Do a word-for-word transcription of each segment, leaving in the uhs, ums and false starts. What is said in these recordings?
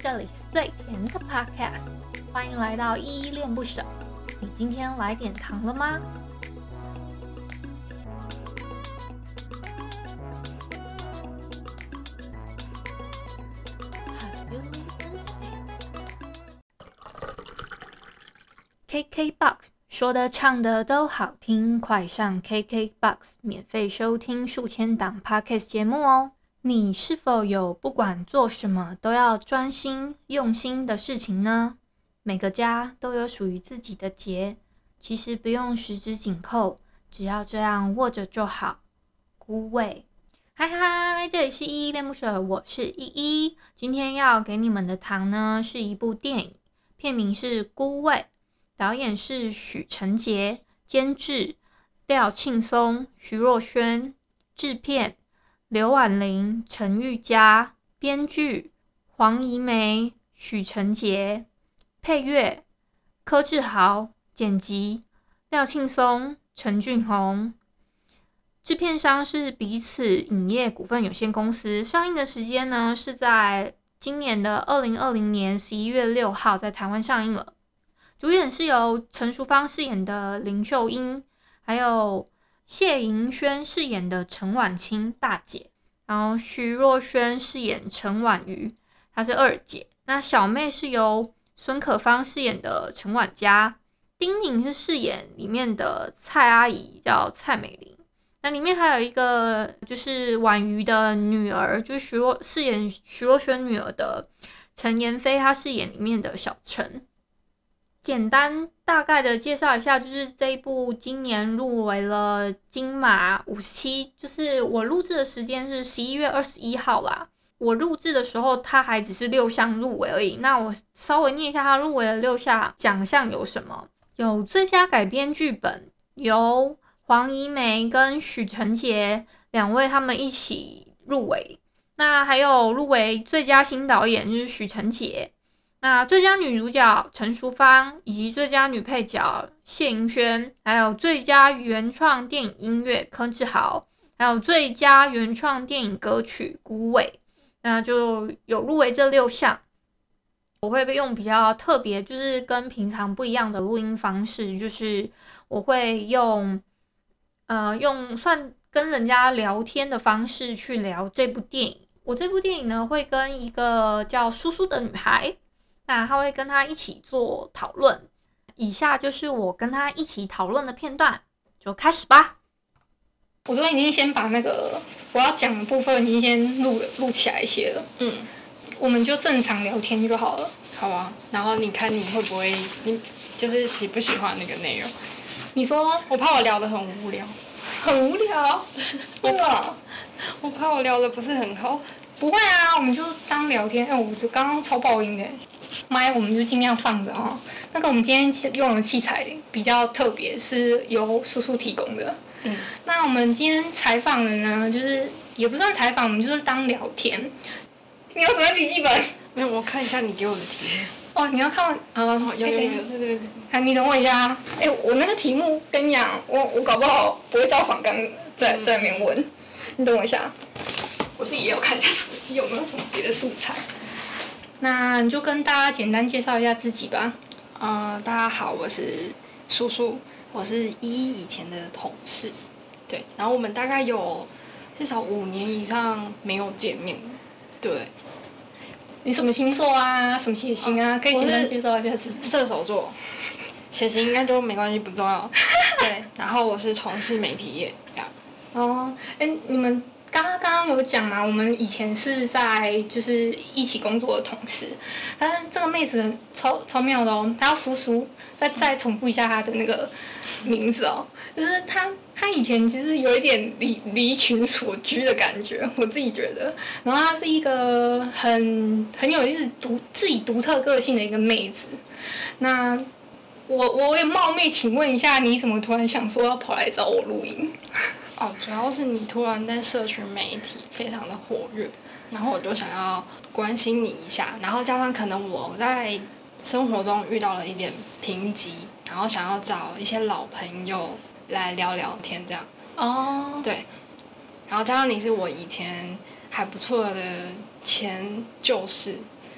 这里是最甜的 Podcast， 欢迎来到依依恋不舍。你今天来点糖了吗？K K B O X 说的唱的都好听，快上 K K B O X 免费收听数千档 Podcast 节目哦。你是否有不管做什么都要专心用心的事情呢？每个家都有属于自己的结，其实不用十指紧扣，只要这样握着就好。孤味，嗨嗨，这里是依依恋不舍，我是依依。今天要给你们的糖呢，是一部电影，片名是《孤味》，导演是许承杰，监制廖庆松、徐若瑄，制片刘婉玲、陈玉佳，编剧黄怡梅、许承杰，配乐柯志豪，剪辑廖庆松、陈俊宏，制片商是彼此影业股份有限公司。上映的时间呢是在今年的二零二零年十一月六号在台湾上映了。主演是由陈淑芳饰演的林秀英，还有谢盈萱饰演的陈婉清大姐，然后徐若瑄饰演陈婉瑜，她是二姐。那小妹是由孙可芳饰演的陈婉佳，丁宁是饰演里面的蔡阿姨，叫蔡美玲。那里面还有一个就是婉瑜的女儿，就是徐若饰演徐若瑄女儿的陈妍霏，她饰演里面的小陈。简单大概的介绍一下，就是这一部今年入围了金马五十七，就是我录制的时间是十一月二十一号啦。我录制的时候，它还只是六项入围而已。那我稍微念一下它入围的六项奖项有什么：有最佳改编剧本，由黄怡梅跟许承杰两位他们一起入围。那还有入围最佳新导演就是许承杰。那最佳女主角陈淑芳，以及最佳女配角谢盈萱，还有最佳原创电影音乐柯志豪，还有最佳原创电影歌曲孤味，那就有入围这六项。我会用比较特别，就是跟平常不一样的录音方式，就是我会用呃用算跟人家聊天的方式去聊这部电影。我这部电影呢，会跟一个叫苏苏的女孩。那他会跟他一起做讨论，以下就是我跟他一起讨论的片段，就开始吧。我这边已经先把那个我要讲的部分已经先录了录起来一些了， 嗯， 我们就正常聊天就好了。 好啊，然后你看你会不会，你就是喜不喜欢那个内容？ 你说， 我怕我聊得很无聊， 很无聊，对吧？ 我怕我聊得不是很好。 不会啊，我们就当聊天。哎、欸，我这刚刚超爆音的。麦我们就尽量放着哦。那个我们今天用的器材比较特别，是由叔叔提供的。 嗯。 那我们今天采访的呢，就是也不算采访，我们就是当聊天。你要准备笔记本？ 没有，我看一下你给我的题目。 哦，你要看？啊， 有有有，在这边。 哎，你等我一下。哎、欸，我那个题目跟你讲，我我搞不好不会照访纲在在里面问。嗯、你等我一下。我自己也有看一下手机有没有什么别的素材。那你就跟大家简单介绍一下自己吧。 呃，大家好，我是叔叔，我是依依以前的同事，对，然后我们大概有至少五年以上没有见面，对。 你什么星座啊？什么血型啊？可以简单介绍一下自己。 射手座，血型应该就没关系，不重要。对，然后我是从事媒体业这样。 哦，哎，你们。刚刚刚刚有讲嘛，我们以前是在就是一起工作的同事，但是这个妹子超超妙的哦，她要叔叔，再再重复一下她的那个名字哦，就是她她以前其实有一点离离群所居的感觉，我自己觉得，然后她是一个很很有意思独自己独特个性的一个妹子，那我我也冒昧请问一下，你怎么突然想说要跑来找我录音？ 哦，主要是你突然在社群媒体非常的活跃，然后我就想要关心你一下，然后加上可能我在生活中遇到了一点贫瘠，然后想要找一些老朋友来聊聊天这样。 哦。 对。然后加上你是我以前还不错的前旧事，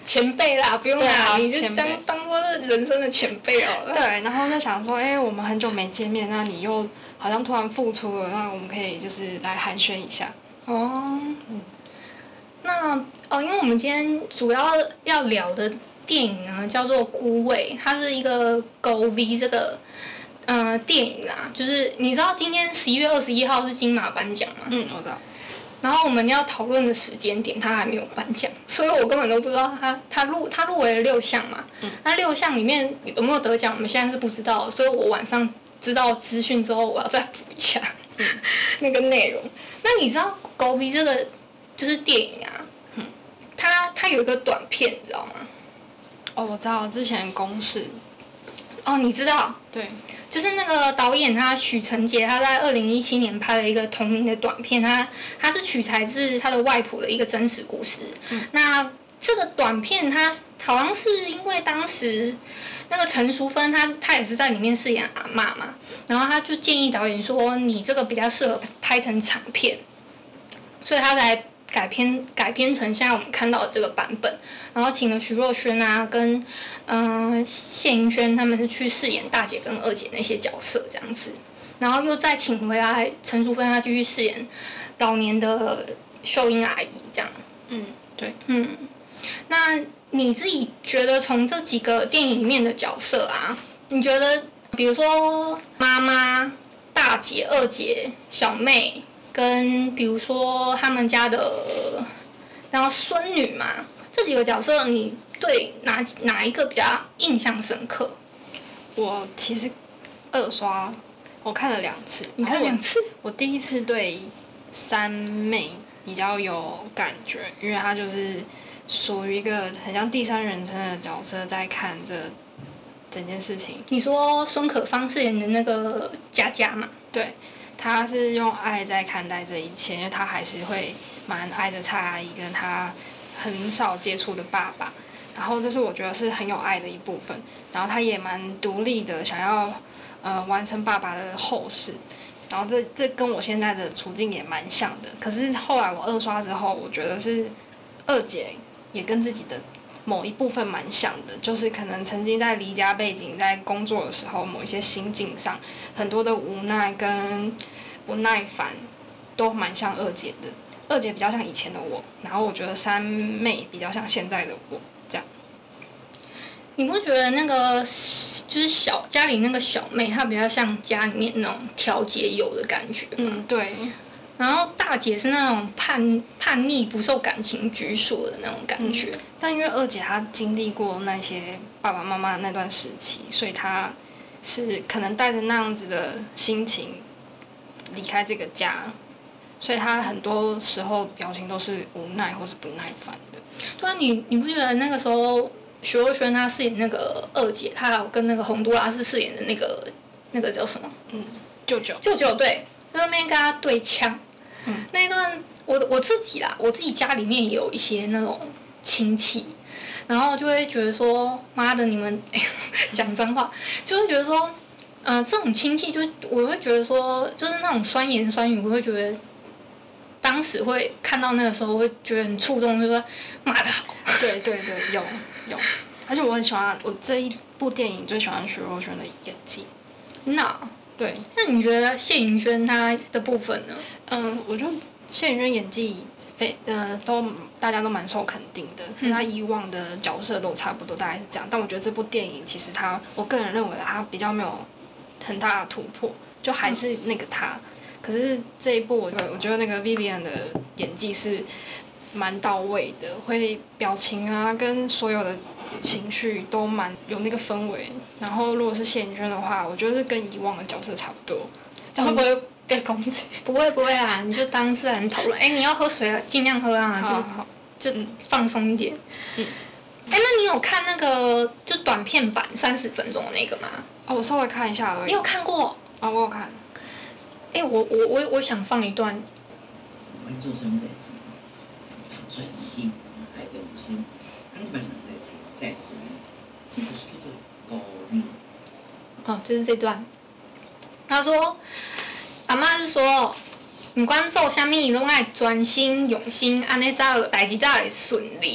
前辈啦，不用啦， 啊、 你就当当做人生的前辈好了。 对，然后就想说，哎、欸，我们很久没见面，那你又好像突然复出了，那我们可以就是来寒暄一下。 哦，嗯，那哦，因为我们今天主要要聊的电影呢，叫做《孤味》，它是一个狗 V 这个呃电影啦，就是你知道今天十一月二十一号是金马颁奖吗？ 嗯，我知道。 然后我们要讨论的时间点，他还没有颁奖，所以我根本都不知道他他入他入围了六项嘛。嗯。那六项里面有没有得奖，我们现在是不知道，所以我晚上知道资讯之后，我要再补一下、嗯、那个内容。那你知道《狗 V》这个就是电影啊？嗯。它它有一个短片，你知道吗？ 哦，我知道，之前公视。 哦，你知道？ 对。 就是那个导演他许承杰，他在二零一七年拍了一个同名的短片，他他是取材自他的外婆的一个真实故事。嗯、那这个短片，他好像是因为当时那个陈淑芬，她她也是在里面饰演阿嬷嘛，然后他就建议导演说，你这个比较适合拍成长片，所以他才改编改编成现在我们看到的这个版本，然后请了徐若瑄啊，跟嗯、呃、谢盈萱他们是去饰演大姐跟二姐那些角色这样子，然后又再请回来陈淑芬她继续饰演老年的秀英阿姨这样。 嗯，对， 嗯，那你自己觉得从这几个电影里面的角色啊，你觉得比如说妈妈、大姐、二姐、小妹。跟比如说他们家的，然后孙女嘛，这几个角色，你对哪哪一个比较印象深刻？ 我其实二刷，我看了两次。 你看两次？ 我第一次对三妹比较有感觉，因为她就是属于一个很像第三人称的角色，在看这整件事情。 你说孙可芳饰演的那个佳佳嘛？ 对。他是用爱在看待这一切，因为他还是会蛮爱着蔡阿姨跟他很少接触的爸爸，然后这是我觉得是很有爱的一部分，然后他也蛮独立的，想要呃完成爸爸的后事，然后这这跟我现在的处境也蛮像的。可是后来我二刷之后，我觉得是二姐也跟自己的某一部分蛮像的，就是可能曾经在离家背景在工作的时候，某一些心境上很多的无奈跟不耐烦，都蛮像二姐的。二姐比较像以前的我，然后我觉得三妹比较像现在的我，这样。 你不觉得那个就是小家里那个小妹，她比较像家里面那种调解友的感觉吗？ 嗯，对。 然后大姐是那种叛叛逆、不受感情拘束的那种感觉。 嗯、但因为二姐她经历过那些爸爸妈妈的那段时期，所以她是可能带着那样子的心情离开这个家，所以她很多时候表情都是无奈或是不耐烦的。 对啊，你你不觉得那个时候徐若瑄她饰演那个二姐，她还有跟那个洪都拉斯饰演的那个那个叫什么？ 嗯，舅舅。 舅舅对，在那边跟他对枪。嗯，那一段我我自己啦，我自己家里面也有一些那种亲戚，然后就会觉得说，妈的你们讲脏话，就会觉得说，呃，这种亲戚就我会觉得说，就是那种酸言酸语，我会觉得，当时会看到那个时候会觉得很触动，就说骂得好。 对对对，有有，而且我很喜欢我这一部电影最喜欢徐若瑄的演技。 那对， 那你觉得谢盈萱她的部分呢？ 嗯，我觉得谢盈萱演技非呃都大家都蛮受肯定的，是她以往的角色都差不多，大概是这样。但我觉得这部电影其实她，我个人认为她比较没有很大的突破，就还是那个她。可是这一部我觉得，我觉得那个 Vivian 的演技是蛮到位的，会表情啊跟所有的情绪都蛮有那个氛围。然后如果是谢盈萱的话，我觉得是跟以往的角色差不多。这样会不会被攻击？ 不会不会啦，你就当自然讨论。哎，你要喝水了，尽量喝啊，就就放松一点。嗯。哎，那你有看那个就短片版三十分钟的那个吗？ 哦，我稍微看一下而已。 你有看过？ 啊、哦，我有看。 哎，我我我我想放一段。 我们做什么代志，专心，还用心，安排人代志，在此呢，这就是叫做高明。 哦，就是这段。他说，阿嬷是说，不管做啥物，拢爱专心用心，安尼才有代志才会顺利。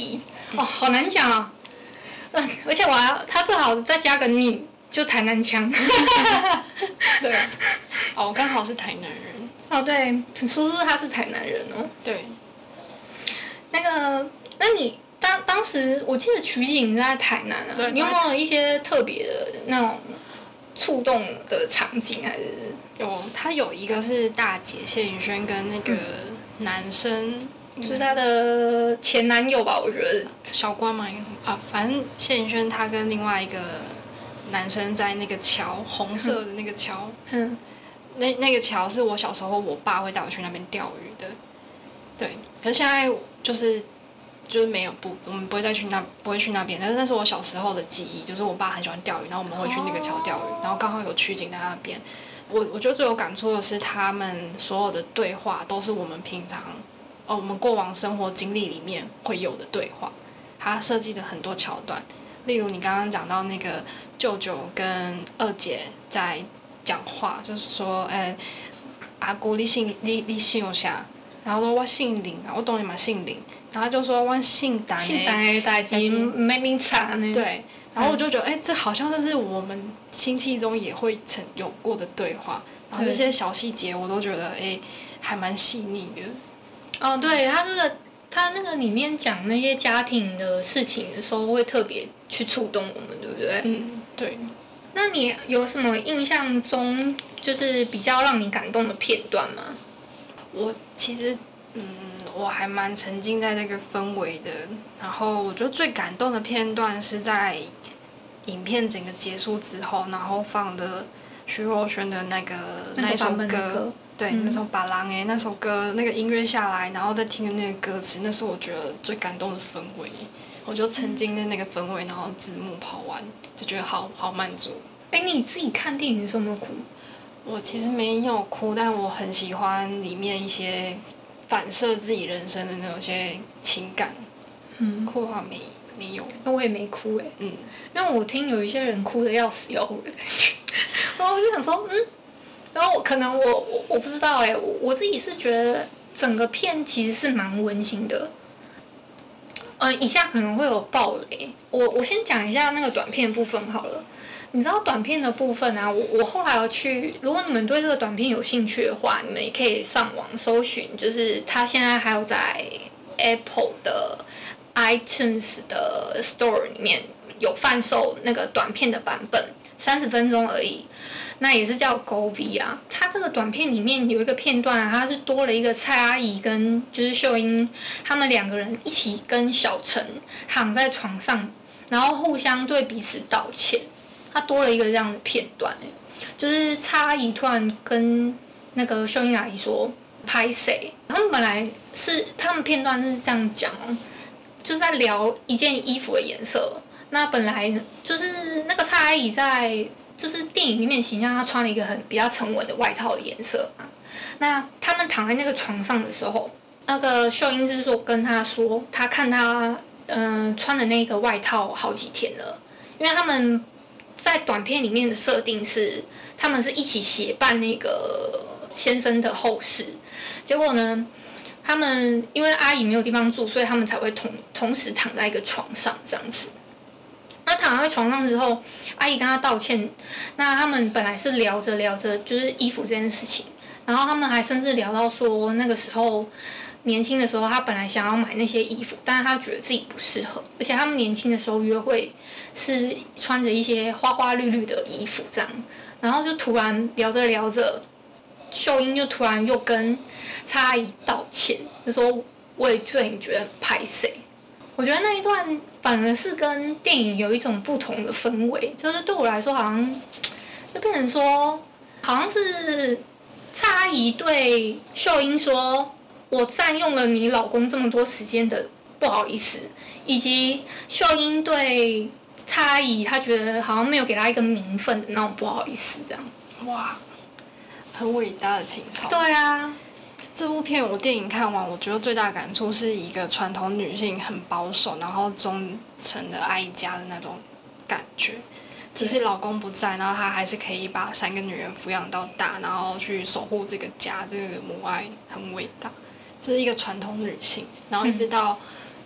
哦，好难讲啊。嗯，而且我还要他最好再加个你，就台南腔。 对，哦，我刚好是台南人。 哦，对，叔叔他是台南人哦。 对。 那个，那你当当时我记得取景在台南啊， 对， 你有没有一些特别的那种触动的场景？还是有，他有一个是大姐谢允萱跟那个男生。 嗯、就是他的前男友吧，我觉得小关嘛，应该什么啊？反正谢允萱她跟另外一个男生在那个桥，红色的那个桥， 嗯， 那那个桥是我小时候我爸会带我去那边钓鱼的，对。可是现在就是就是没有不，我们不会再去那不会去那边，但是那是我小时候的记忆，就是我爸很喜欢钓鱼，然后我们会去那个桥钓鱼，哦、然后刚好有取景在那边。我我觉得最有感触的是他们所有的对话都是我们平常。哦，我们过往生活经历里面会有的对话，他设计了很多桥段，例如你刚刚讲到那个舅舅跟二姐在讲话，就是说，哎、欸，阿姑你姓你你姓啥？然后说我姓林啊，我懂你嘛姓林，然后就说我姓陈的， 姓陈的代志没你查呢。 对，然后我就觉得，哎、欸，这好像就是我们亲戚中也会曾有过的对话，然后这些小细节我都觉得，哎、欸，还蛮细腻的。 哦，对，他这个他那个里面讲那些家庭的事情的时候，会特别去触动我们，对不对？ 嗯，对。 那你有什么印象中就是比较让你感动的片段吗？ 我其实，嗯，我还蛮沉浸在那个氛围的。然后我觉得最感动的片段是在影片整个结束之后，然后放的徐若瑄的那个那一首歌。对，嗯、那首《把郎》哎，那首歌那个音乐下来，然后再听那个歌词，那是我觉得最感动的氛围。我就沉浸在那个氛围，然后字幕跑完，就觉得好好满足。 哎，你自己看电影的时候有没有哭？ 我其实没有哭，但我很喜欢里面一些反射自己人生的那种些情感。嗯，哭的话没没有。 那我也没哭哎。 嗯， 因为我听有一些人哭的要死要活的感觉，然后我就想说，嗯。然后可能我我我不知道哎，我我自己是觉得整个片其实是蛮温馨的。呃，以下可能会有爆雷，我我先讲一下那个短片部分好了。你知道短片的部分啊，我我后来要去，如果你们对这个短片有兴趣的话，你们也可以上网搜寻，就是它现在还有在 Apple 的 iTunes 的 Store 里面有贩售那个短片的版本，三十分钟而已。那也是叫 Go V 啊，它这个短片里面有一个片段啊，它是多了一个蔡阿姨跟就是秀英他们两个人一起跟小陈躺在床上，然后互相对彼此道歉。它多了一个这样的片段哎，就是蔡阿姨突然跟那个秀英阿姨说拍谁？他们本来是他们片段是这样讲哦，就是在聊一件衣服的颜色。那本来就是那个蔡阿姨在。就是电影里面形象，她穿了一个很比较沉稳的外套的颜色嘛。那他们躺在那个床上的时候，那个秀英是说跟他说，他看他嗯、呃、穿的那个外套好几天了，因为他们在短片里面的设定是他们是一起协办那个先生的后事，结果呢，他们因为阿姨没有地方住，所以他们才会同同时躺在一个床上这样子。他躺在床上之后，阿姨跟他道歉。那他们本来是聊着聊着，就是衣服这件事情，然后他们还甚至聊到说，那个时候年轻的时候，他本来想要买那些衣服，但是他觉得自己不适合，而且他们年轻的时候约会是穿着一些花花绿绿的衣服这样，然后就突然聊着聊着，秀英就突然又跟蔡阿姨道歉，就说我也对你觉得很拍谁。我觉得那一段反而是跟电影有一种不同的氛围，就是对我来说好像就变成说，好像是蔡阿姨对秀英说：“我占用了你老公这么多时间的不好意思。”以及秀英对蔡阿姨，她觉得好像没有给她一个名分的那种不好意思，这样。 哇，很伟大的情操。 对啊。 这部片我电影看完，我觉得最大的感触是一个传统女性很保守，然后忠诚的爱家的那种感觉。即使老公不在，然后她还是可以把三个女人抚养到大，然后去守护这个家，这个母爱很伟大，就是一个传统女性。然后一直到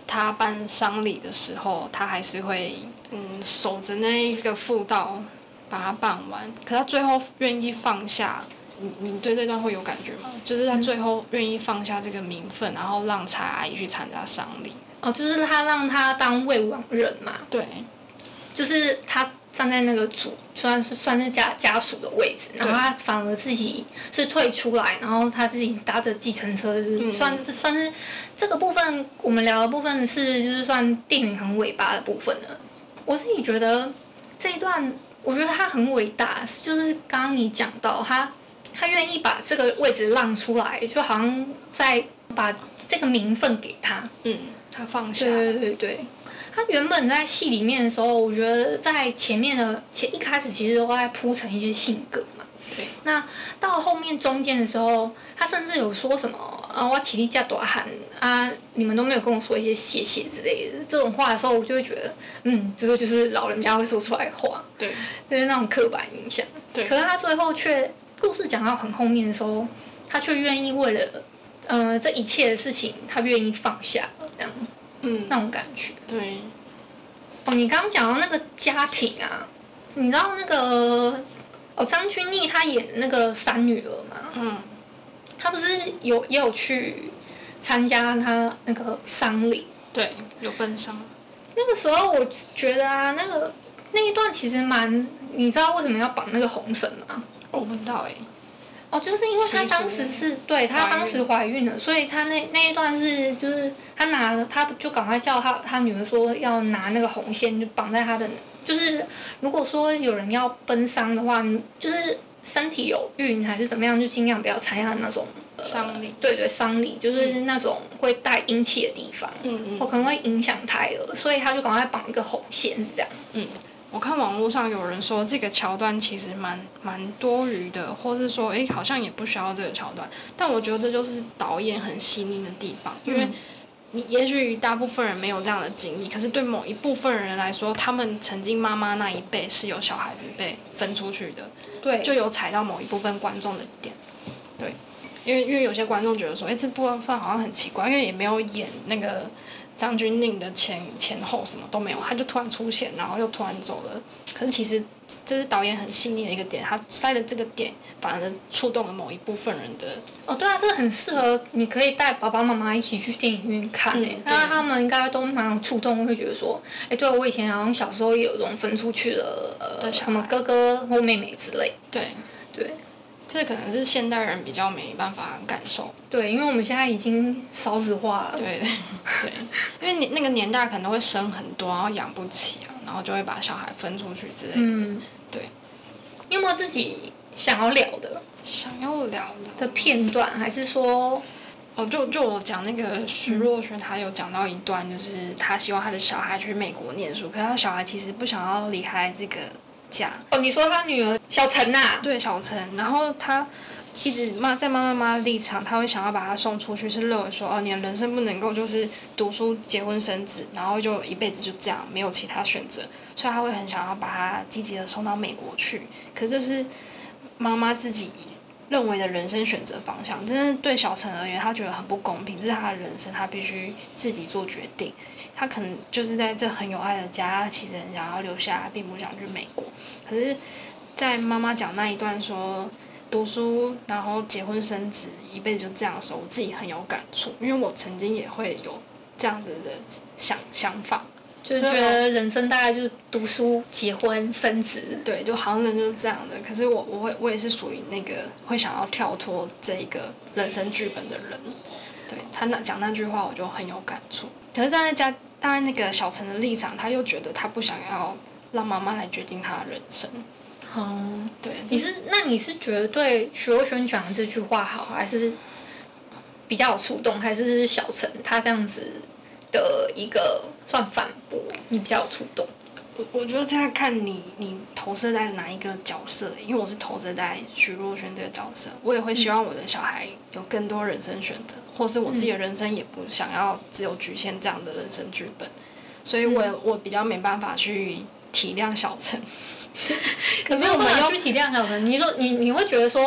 他办丧礼的时候，他还是会嗯守着那一个妇道把它办完。可他最后愿意放下，你你对这段会有感觉吗？就是他最后愿意放下这个名分，然后让蔡阿姨去参加丧礼。 哦，就是他让他当未亡人嘛。 对。 就是他站在那个主算是算是家家属的位置，然后他反而自己是退出来，然后他自己搭着计程车，就是算是、嗯、算是这个部分我们聊的部分是就是算电影很尾巴的部分了。我自己觉得这一段，我觉得他很伟大，就是刚刚你讲到他他愿意把这个位置让出来，就好像在把这个名分给他， 嗯，他放下， 对对对对。他原本在戏里面的时候，我觉得在前面的前一开始其实都在铺陈一些性格嘛。 对。 那到后面中间的时候，他甚至有说什么啊，我起立架大喊啊，你们都没有跟我说一些谢谢之类的这种话的时候，我就会觉得，嗯，这个就是老人家会说出来的话。 对。 就是那种刻板印象。 对。 可是他最后却故事讲到很后面的时候，他却愿意为了呃这一切的事情，他愿意放下了这样。 嗯， 那种感觉。 对。 哦，你刚刚讲到那个家庭啊，你知道那个哦张钧甯她演的那个三女儿吗？ 嗯。 她不是有也有去参加她那个丧礼？ 对，有奔丧。 那个时候我觉得啊，那个那一段其实蛮，你知道为什么要绑那个红绳吗？ 我不知道哎、欸。 哦，就是因为她当时是对她当时怀孕了，所以她那那一段是就是她拿了，她就赶快叫她她女儿说要拿那个红线就绑在她的，就是如果说有人要奔丧的话，就是身体有孕还是怎么样，就尽量不要参加那种丧礼、呃。 对对，丧礼就是那种会带阴气的地方， 嗯嗯， 或可能会影响胎儿，所以她就赶快绑一个红线是这样。 嗯。我看网络上有人说这个桥段其实蛮蛮多余的，或是说，哎，好像也不需要这个桥段。但我觉得这就是导演很细腻的地方，因为你也许大部分人没有这样的经历，可是对某一部分人来说，他们曾经妈妈那一辈是有小孩子被分出去的， 对， 就有踩到某一部分观众的点，对，因为因为有些观众觉得说，哎，这部分好像很奇怪，因为也没有演那个。张钧甯的前前后什么都没有，他就突然出现，然后又突然走了。可是其实这是导演很细腻的一个点，他塞的这个点反而触动了某一部分人的。 哦，对啊，这个很适合你可以带爸爸妈妈一起去电影院看诶、欸，那、嗯、他们应该都蛮有触动，会觉得说，哎、欸，对我以前好像小时候也有这种分出去的呃什么哥哥或妹妹之类。 对对。 这可能是现代人比较没办法感受。 对，因为我们现在已经少子化了。 对，对，因为你那个年代可能会生很多，然后养不起啊，然后就会把小孩分出去之类的。 嗯， 对。 你有没有自己想要聊的？ 想要聊的的片段，还是说？ 哦，就就我讲那个徐若瑄，她有讲到一段，就是她希望她的小孩去美国念书，可是她小孩其实不想要离开这个。 哦，你说他女儿小陈呐、啊？ 对，小陈，然后他一直妈在妈妈妈的立场，他会想要把他送出去，是认为说，哦，你的人生不能够就是读书、结婚、生子，然后就一辈子就这样，没有其他选择，所以他会很想要把他积极的送到美国去。可这是妈妈自己认为的人生选择方向，真的对小陈而言，他觉得很不公平，这是他的人生，他必须自己做决定。他可能就是在这很有爱的家，他其实很想要留下，并不想去美国。可是，在妈妈讲那一段说读书，然后结婚生子，一辈子就这样的时候，我自己很有感触，因为我曾经也会有这样子的想想法， 就是觉得人生大概就是读书、结婚、生子。 对，就好像人就是这样的。可是我我会我也是属于那个会想要跳脱这一个人生剧本的人。对他那讲那句话，我就很有感触。可是站在家，站在那个小陈的立场，他又觉得他不想要让妈妈来决定他的人生。 哦、 嗯，对。 你是那你是觉得对徐若瑄讲的这句话好，还是比较有触动，还是小陈他这样子的一个算反驳，你比较有触动？ 我我觉得这样看你你投射在哪一个角色，因为我是投射在徐若瑄这个角色，我也会希望我的小孩有更多人生选择，或是我自己的人生也不想要只有局限这样的人生剧本，所以我我比较没办法去体谅小陈。 可是我们要去体谅小陈，你说你你会觉得说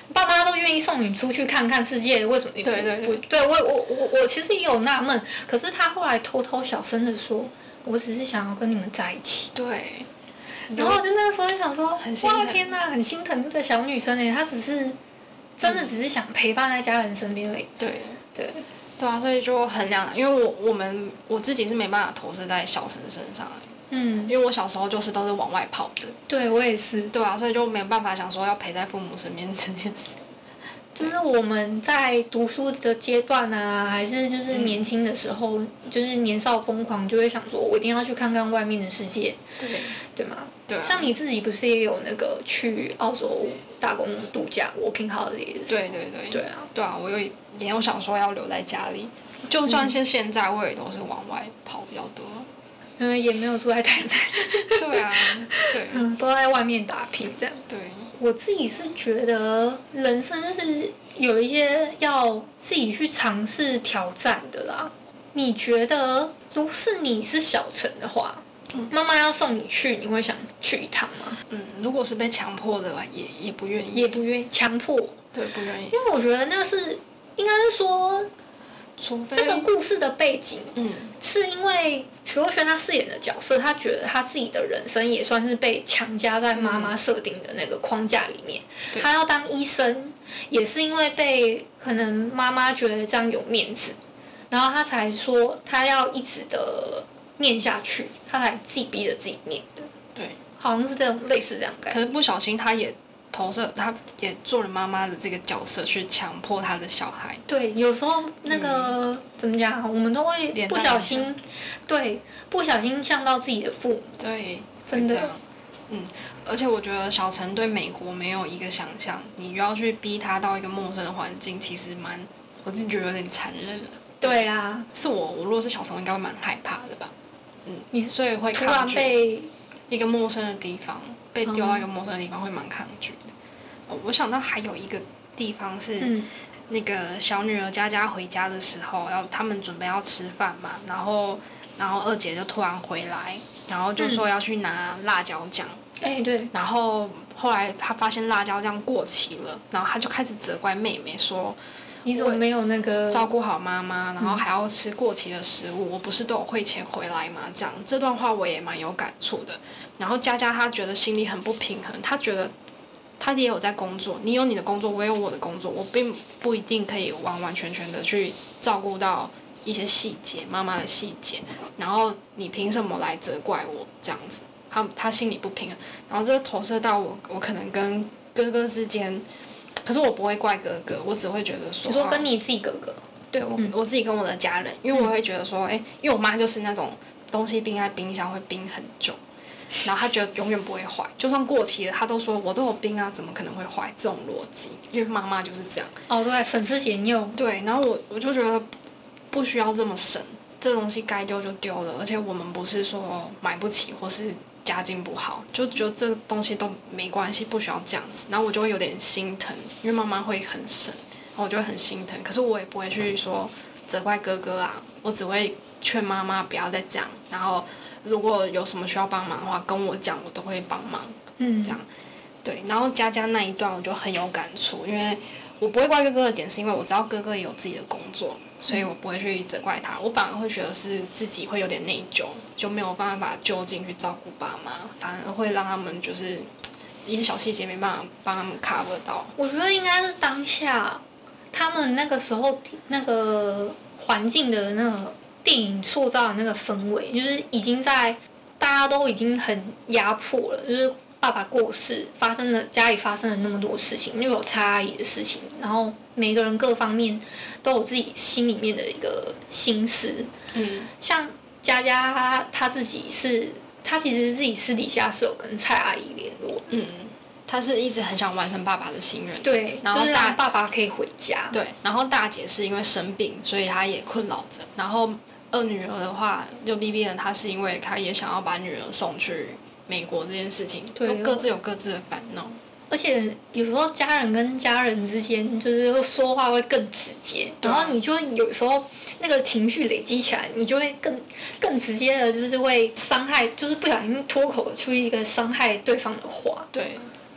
爸妈都愿意送你出去看看世界，为什么你不？ 对对对， 对我我我我其实也有纳闷，可是他后来偷偷小声的说，我只是想要跟你们在一起。 对。 然后我就那个时候就想说，哇天哪，很心疼这个小女生哎，她只是真的只是想陪伴在家人身边而已。 对对对啊，所以就很两难，因为我我们我自己是没办法投射在小陈身上， 嗯， 因为我小时候就是都是往外跑的。 对我也是。 对啊，所以就没有办法想说要陪在父母身边这件事。 就是我们在读书的阶段啊，还是就是年轻的时候，嗯、就是年少疯狂，就会想说，我一定要去看看外面的世界， 对对吗？ 对、啊。 像你自己不是也有那个去澳洲打工度假 working holiday 的时候？ 对对对。 对啊。 对啊，我有也有想说要留在家里，就算是现在，我也都是往外跑比较多。 因为也没有住在台南。 对啊，对。 嗯，都在外面打拼这样。 对。 我自己是觉得人生是有一些要自己去尝试挑战的啦。你觉得，如果是你是小陈的话，嗯、妈妈要送你去，你会想去一趟吗？ 嗯，如果是被强迫的，也也不愿意。 也不愿意强迫。 对，不愿意。 因为我觉得那个是，应该是说， 除非这个故事的背景， 嗯， 是因为徐若瑄她饰演的角色，她觉得她自己的人生也算是被强加在妈妈设定的那个框架里面。嗯、她要当医生，也是因为被可能妈妈觉得这样有面子，然后她才说她要一直的念下去，她才自己逼着自己念的。 对， 好像是这种类似这样感觉。 可是不小心，她也投射，她也做了妈妈的这个角色，去强迫她的小孩。 对，有时候那个、嗯、怎么讲，我们都会不小心，对，不小心像到自己的父母。 对， 真的。 嗯，而且我觉得小陈对美国没有一个想象，你要去逼他到一个陌生的环境，其实蛮，我自己觉得有点残忍了。 对啦。 是我，我如果是小陈，我应该会蛮害怕的吧。嗯。 你所以会突然被一个陌生的地方，被丢到一个陌生的地方，会蛮抗拒的。哦，我想到还有一个地方是，嗯、那个小女儿佳佳回家的时候，要他们准备要吃饭嘛，然后然后二姐就突然回来，然后就说要去拿辣椒酱。 哎、嗯，对。 然后后来她发现辣椒酱过期了，然后她就开始责怪妹妹说：“ 你怎么没有那个照顾好妈妈，然后还要吃过期的食物？我不是都有汇钱回来吗？”这样这段话我也蛮有感触的。然后佳佳她觉得心里很不平衡，她觉得。他也有在工作，你有你的工作，我有我的工作，我并不一定可以完完全全的去照顾到一些细节，妈妈的细节，然后你凭什么来责怪我这样子？他他心里不平衡，然后这个投射到我，我可能跟哥哥之间，可是我不会怪哥哥，我只会觉得说， 你说跟你自己哥哥， 对我、嗯、我自己跟我的家人，因为我会觉得说，哎、欸，因为我妈就是那种东西冰在冰箱会冰很久。然后他觉得永远不会坏，就算过期了，他都说我都有冰啊，怎么可能会坏？这种逻辑，因为妈妈就是这样。 哦，对，省吃俭用。 对，然后我我就觉得不需要这么省，这东西该丢就丢了，而且我们不是说买不起或是家境不好，就觉得这个东西都没关系，不需要这样子。然后我就会有点心疼，因为妈妈会很省，然后我就会很心疼。可是我也不会去说责怪哥哥啊，我只会劝妈妈不要再这样，然后。如果有什么需要帮忙的话，跟我讲，我都会帮忙。嗯，这样，对。然后佳佳那一段我就很有感触，因为我不会怪哥哥的点，是因为我知道哥哥也有自己的工作，所以我不会去责怪他。我反而会觉得是自己会有点内疚，就没有办法就近去照顾爸妈，反而会让他们就是一些小细节没办法帮他们 cover 到。 我觉得应该是当下他们那个时候那个环境的那个。电影塑造的那个氛围，就是已经在大家都已经很压迫了，就是爸爸过世，发生了家里发生了那么多事情，又有蔡阿姨的事情，然后每个人各方面都有自己心里面的一个心思。嗯，像佳佳她她自己是，她其实自己私底下是有跟蔡阿姨联络。嗯。 他是一直很想完成爸爸的心愿， 对， 然后就是让爸爸可以回家。 对，然后大姐是因为生病，所以她也困扰着。然后二女儿的话，就 B B 呢，她是因为她也想要把女儿送去美国这件事情，都各自有各自的烦恼。 而且有时候家人跟家人之间，就是说话会更直接，然后你就会有时候那个情绪累积起来，你就会更更直接的，就是会伤害，就是不小心脱口出一个伤害对方的话。 对。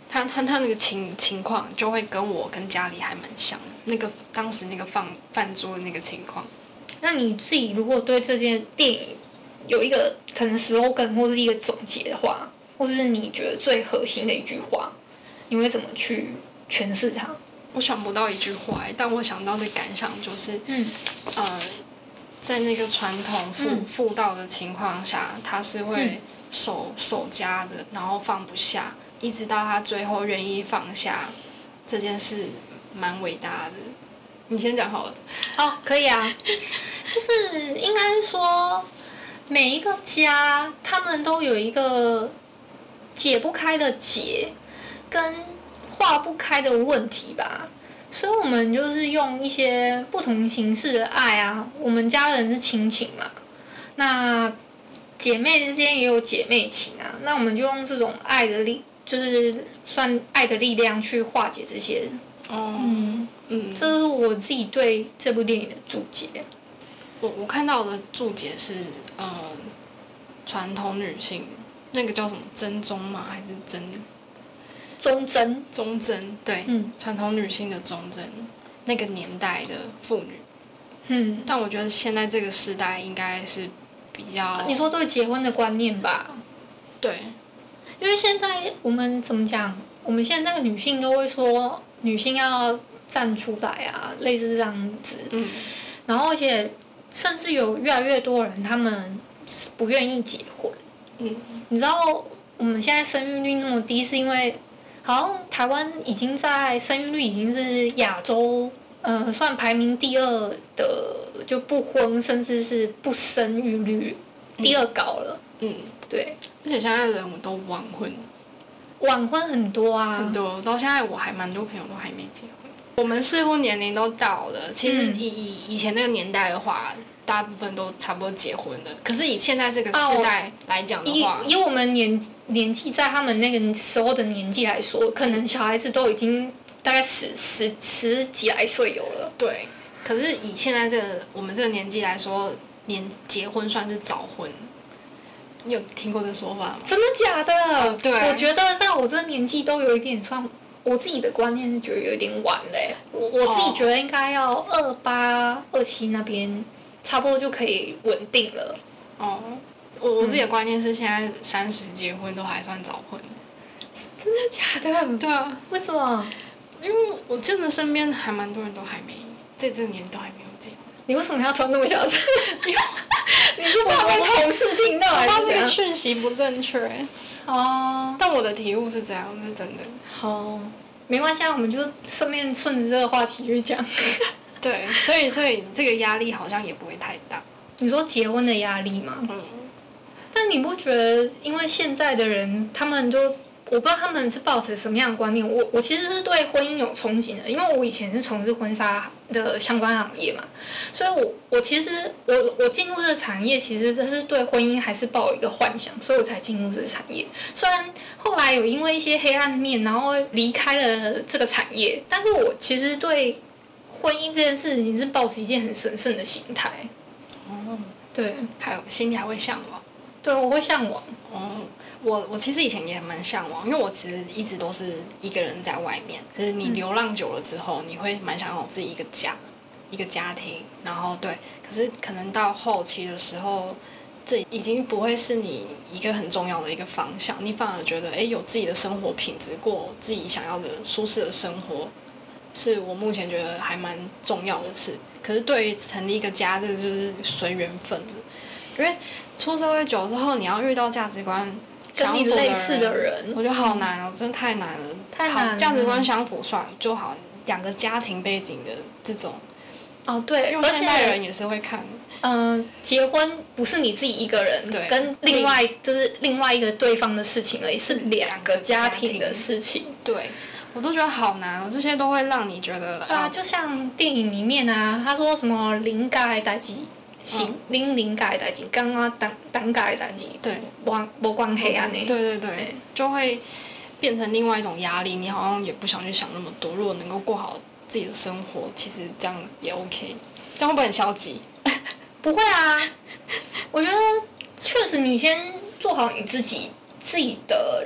他他他那个情情况就会跟我跟家里还蛮像的，那个当时那个放饭桌的那个情况。 那你自己如果对这件电影有一个可能 slogan 或是一个总结的话，或是你觉得最核心的一句话，你会怎么去诠释它？ 我想不到一句话，但我想到的感想就是， 嗯， 呃，在那个传统妇嗯妇道的情况下，他是会守守家的，然后放不下，一直到他最后愿意放下，这件事蛮伟大的。你先讲好了。 哦，可以啊，就是应该说，每一个家他们都有一个解不开的结，跟化不开的问题吧。所以我们就是用一些不同形式的爱啊，我们家人是亲情嘛，那姐妹之间也有姐妹情啊，那我们就用这种爱的力，就是算爱的力量去化解这些。 哦， 嗯嗯，这是我自己对这部电影的注解。 我我看到的注解是，呃，传统女性那个叫什么真宗吗？还是真？ 忠贞。 忠贞，对， 嗯， 传统女性的忠贞，那个年代的妇女。 嗯， 但我觉得现在这个时代应该是比较， 你说对结婚的观念吧？ 对， 因为现在我们怎么讲？我们现在女性都会说女性要站出来啊，类似这样子。 嗯。 然后而且甚至有越来越多人他们不愿意结婚。 嗯。 你知道我们现在生育率那么低，是因为好像台湾已经在生育率已经是亚洲呃算排名第二的，就不婚甚至是不生育率第二高了。 嗯。 对。 而且现在人都晚婚。 晚婚很多啊， 很多，到现在我还蛮多朋友都还没结婚。我们适婚年龄都到了，其实以以以前那个年代的话，大部分都差不多结婚了。可是以现在这个时代来讲的话， 哦、以以我们年年纪在他们那个时候的年纪来说，可能小孩子都已经大概十十十几来岁有了。 对，可是以现在这个我们这个年纪来说，年结婚算是早婚。你有听过这说法吗？ 真的假的？ 哦、对。 我觉得在我这年纪都有一点算，我自己的观念是觉得有点晚嘞。我我自己觉得应该要二八二七那边差不多就可以稳定了。 哦，我我自己的观念是现在三十结婚都还算早婚。 真的假的？ 对啊。 为什么？ 因为我真的身边还蛮多人都还没，在这个年都还没有结婚。 你为什么要装那么小声？你是怕被同事听到还是怎样？ 我怕这个讯息不正确。 哦。 但我的体悟是这样，是真的。 好，没关系啊，我们就顺便顺着这个话题去讲。 对，所以所以这个压力好像也不会太大。 你说结婚的压力吗？ 嗯。 但你不觉得，因为现在的人，他们都。我不知道他们是抱持什么样的观念。我我其实是对婚姻有憧憬的，因为我以前是从事婚纱的相关行业嘛，所以我我其实我我进入这个产业，其实这是对婚姻还是抱有一个幻想，所以我才进入这个产业。虽然后来有因为一些黑暗面，然后离开了这个产业，但是我其实对婚姻这件事情是抱持一件很神圣的心态。 哦。 对。 还有心里还会向往。 对，我会向往。 哦。我我其实以前也蛮向往，因为我其实一直都是一个人在外面。就是你流浪久了之后，嗯、你会蛮想要自己一个家，一个家庭。然后对，可是可能到后期的时候，这已经不会是你一个很重要的一个方向。你反而觉得，哎，有自己的生活品质，过自己想要的舒适的生活，是我目前觉得还蛮重要的事。可是对于成立一个家，这个就是随缘分了。因为出社会久之后，你要遇到价值观。 跟你类似的人， 我觉得好难哦，真的太难了。 太难了。 价值观相符算就好，两个家庭背景的这种。 哦，对， 因为现代人也是会看。 嗯、呃，结婚不是你自己一个人， 对， 跟另外就是另外一个对方的事情而已，是两个家庭的事情。 对，我都觉得好难哦，这些都会让你觉得。 啊，就像电影里面啊，他说什么灵界代志。行，零零改代志，刚刚当当改代志， 对， 无无关系安尼。 对对对，就会变成另外一种压力。你好像也不想去想那么多。如果能够过好自己的生活，其实这样也 OK。这样会不会很消极？ 不会啊，我觉得确实你先做好你自己自己的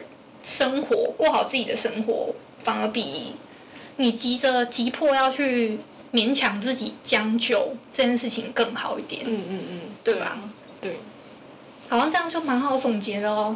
生活，过好自己的生活，反而比你急着急迫要去勉强自己将就这件事情更好一点。 嗯嗯嗯， 对吧？ 对， 好像这样就蛮好总结的哦。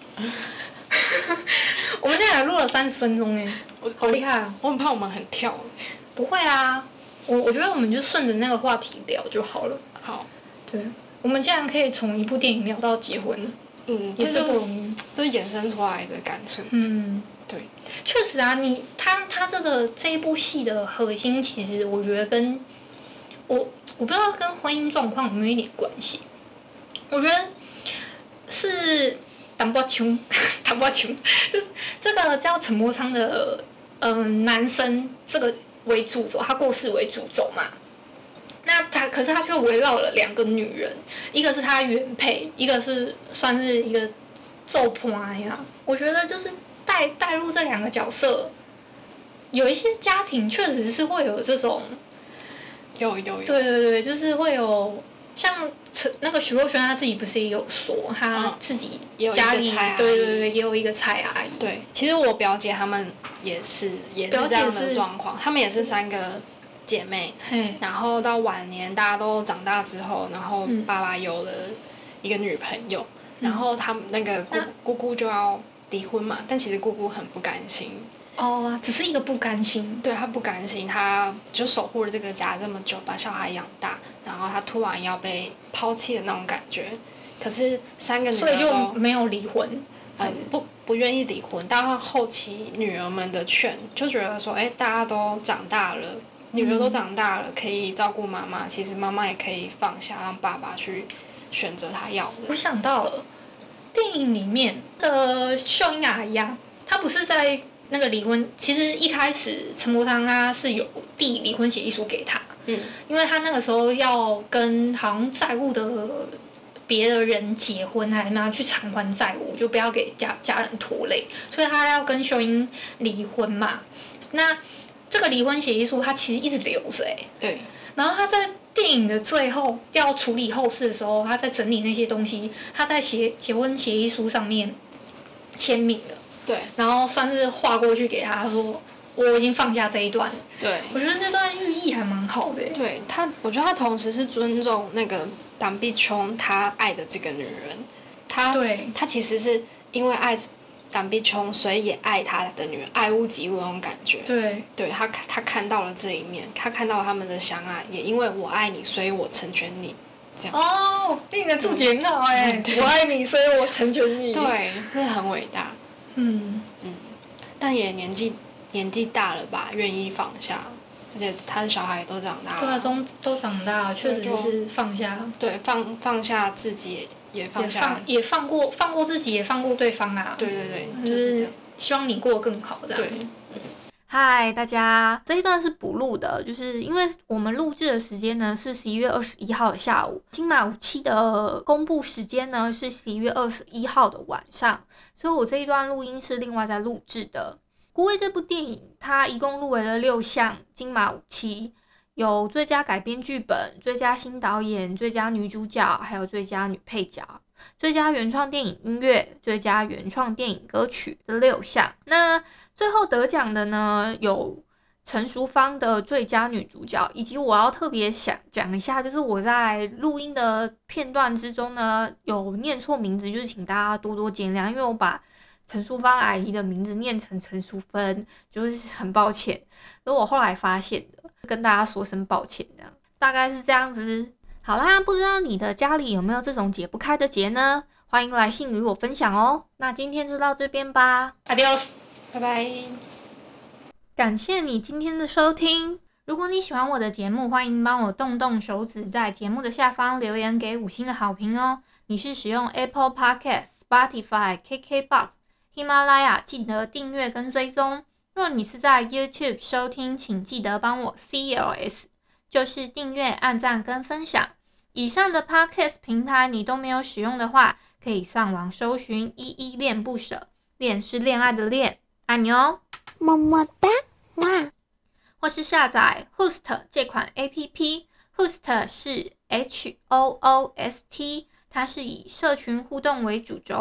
我们这样录了三十分钟哎，好厉害啊！ 我很怕我们很跳。 不会啊，我我觉得我们就顺着那个话题聊就好了。 好， 对，我们竟然可以从一部电影聊到结婚， 嗯， 也是这就是不容易。 这是衍生出来的感触。 嗯， 对， 确实啊，你他他这个这一部戏的核心，其实我觉得跟我我不知道跟婚姻状况有没有一点关系。我觉得是淡薄穷，淡薄穷，就是这个叫陈柏昌的嗯、呃、男生这个为主轴，他过世为主轴嘛。那他可是他却围绕了两个女人，一个是他原配，一个是算是一个揍婆呀。我觉得就是带带入这两个角色，有一些家庭确实是会有这种， 有有有， 对对对，就是会有像那个徐若瑄，她自己不是也有说，她自己家里、 嗯、 对对对也有一个蔡阿姨。 对，其实我表姐她们也是也是这样的状况，她们也是三个姐妹，然后到晚年大家都长大之后，然后爸爸有了一个女朋友，嗯、然后他们那个姑姑姑就要离婚嘛，但其实姑姑很不甘心。 哦，只是一个不甘心。 对，她不甘心，她就守护了这个家这么久，把小孩养大，然后她突然要被抛弃的那种感觉。可是三个女儿都所以就没有离婚。 嗯，不不愿意离婚，但后期女儿们的劝就觉得说，哎，大家都长大了。女儿都长大了，可以照顾妈妈。其实妈妈也可以放下，让爸爸去选择他要的。 我想到了，电影里面的秀英阿姨啊，她不是在那个离婚，其实一开始陈柏昌他是有递离婚协议书给他， 嗯， 因为他那个时候要跟好像债务的别的人结婚，还拿去偿还债务，就不要给家家人拖累，所以他要跟秀英离婚嘛。那这个离婚协议书，他其实一直留着哎。 对。 然后他在电影的最后要处理后事的时候，他在整理那些东西，他在结结婚协议书上面签名了。 对。 然后算是划过去给他，他说我已经放下这一段。 对。 我觉得这段寓意还蛮好的。 对他，我觉得他同时是尊重那个党碧琼他爱的这个女人，他对他其实是因为爱党碧琼，所以也爱他的女儿，爱屋及乌那种感觉。 对， 对他他看到了这一面，他看到了他们的相爱，也因为我爱你，所以我成全你，这样。 哦，你的注解很好哎、嗯，我爱你，所以我成全你。 对，这很伟大。 嗯嗯，但也年纪年纪大了吧，愿意放下，而且他的小孩都长大了。 对啊，都都长大了，确实是放下。 对，放放下自己。也放下， 也放也放过放过自己，也放过对方啊。 对对对， 就是这样。 希望你过得更好的。 对。 嗨，大家，这一段是补录的，就是因为我们录制的时间呢是十一月二十一号的下午，金马五期的公布时间呢是十一月二十一号的晚上，所以我这一段录音是另外在录制的。孤味这部电影，它一共入围了六项金马五期。有最佳改编剧本、最佳新导演、最佳女主角，还有最佳女配角、最佳原创电影音乐、最佳原创电影歌曲这六项。那最后得奖的呢，有陈淑芳的最佳女主角，以及我要特别想讲一下，就是我在录音的片段之中呢，有念错名字，就是请大家多多见谅，因为我把陈淑芳阿姨的名字念成陈淑芬，就是很抱歉，是我后来发现的，跟大家说声抱歉，这样大概是这样子。好啦，不知道你的家里有没有这种解不开的结呢？欢迎来信与我分享哦。那今天就到这边吧 ，Adios， 拜拜。 感谢你今天的收听。如果你喜欢我的节目，欢迎帮我动动手指，在节目的下方留言给五星的好评哦。你是使用 Apple Podcast、Spotify、K K Box、喜马拉雅，记得订阅跟追踪。若你是在 YouTube 收听，请记得帮我 C L S， 就是订阅、按赞跟分享。以上的 Podcast 平台你都没有使用的话，可以上网搜寻依依恋不舍，恋是恋爱的恋，爱你哦，么么哒，哇！或是下载 Host 这款 A P P，Host 是 H O O S T， 它是以社群互动为主轴，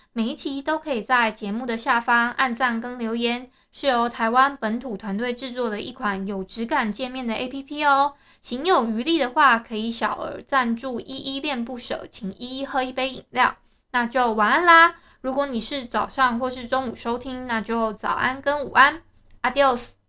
每一期都可以在节目的下方按赞跟留言，是由台湾本土团队制作的一款有质感界面的 A P P 哦。行有余力的话，可以小额赞助，依依恋不舍，请依依喝一杯饮料。那就晚安啦！如果你是早上或是中午收听，那就早安跟午安。Adios。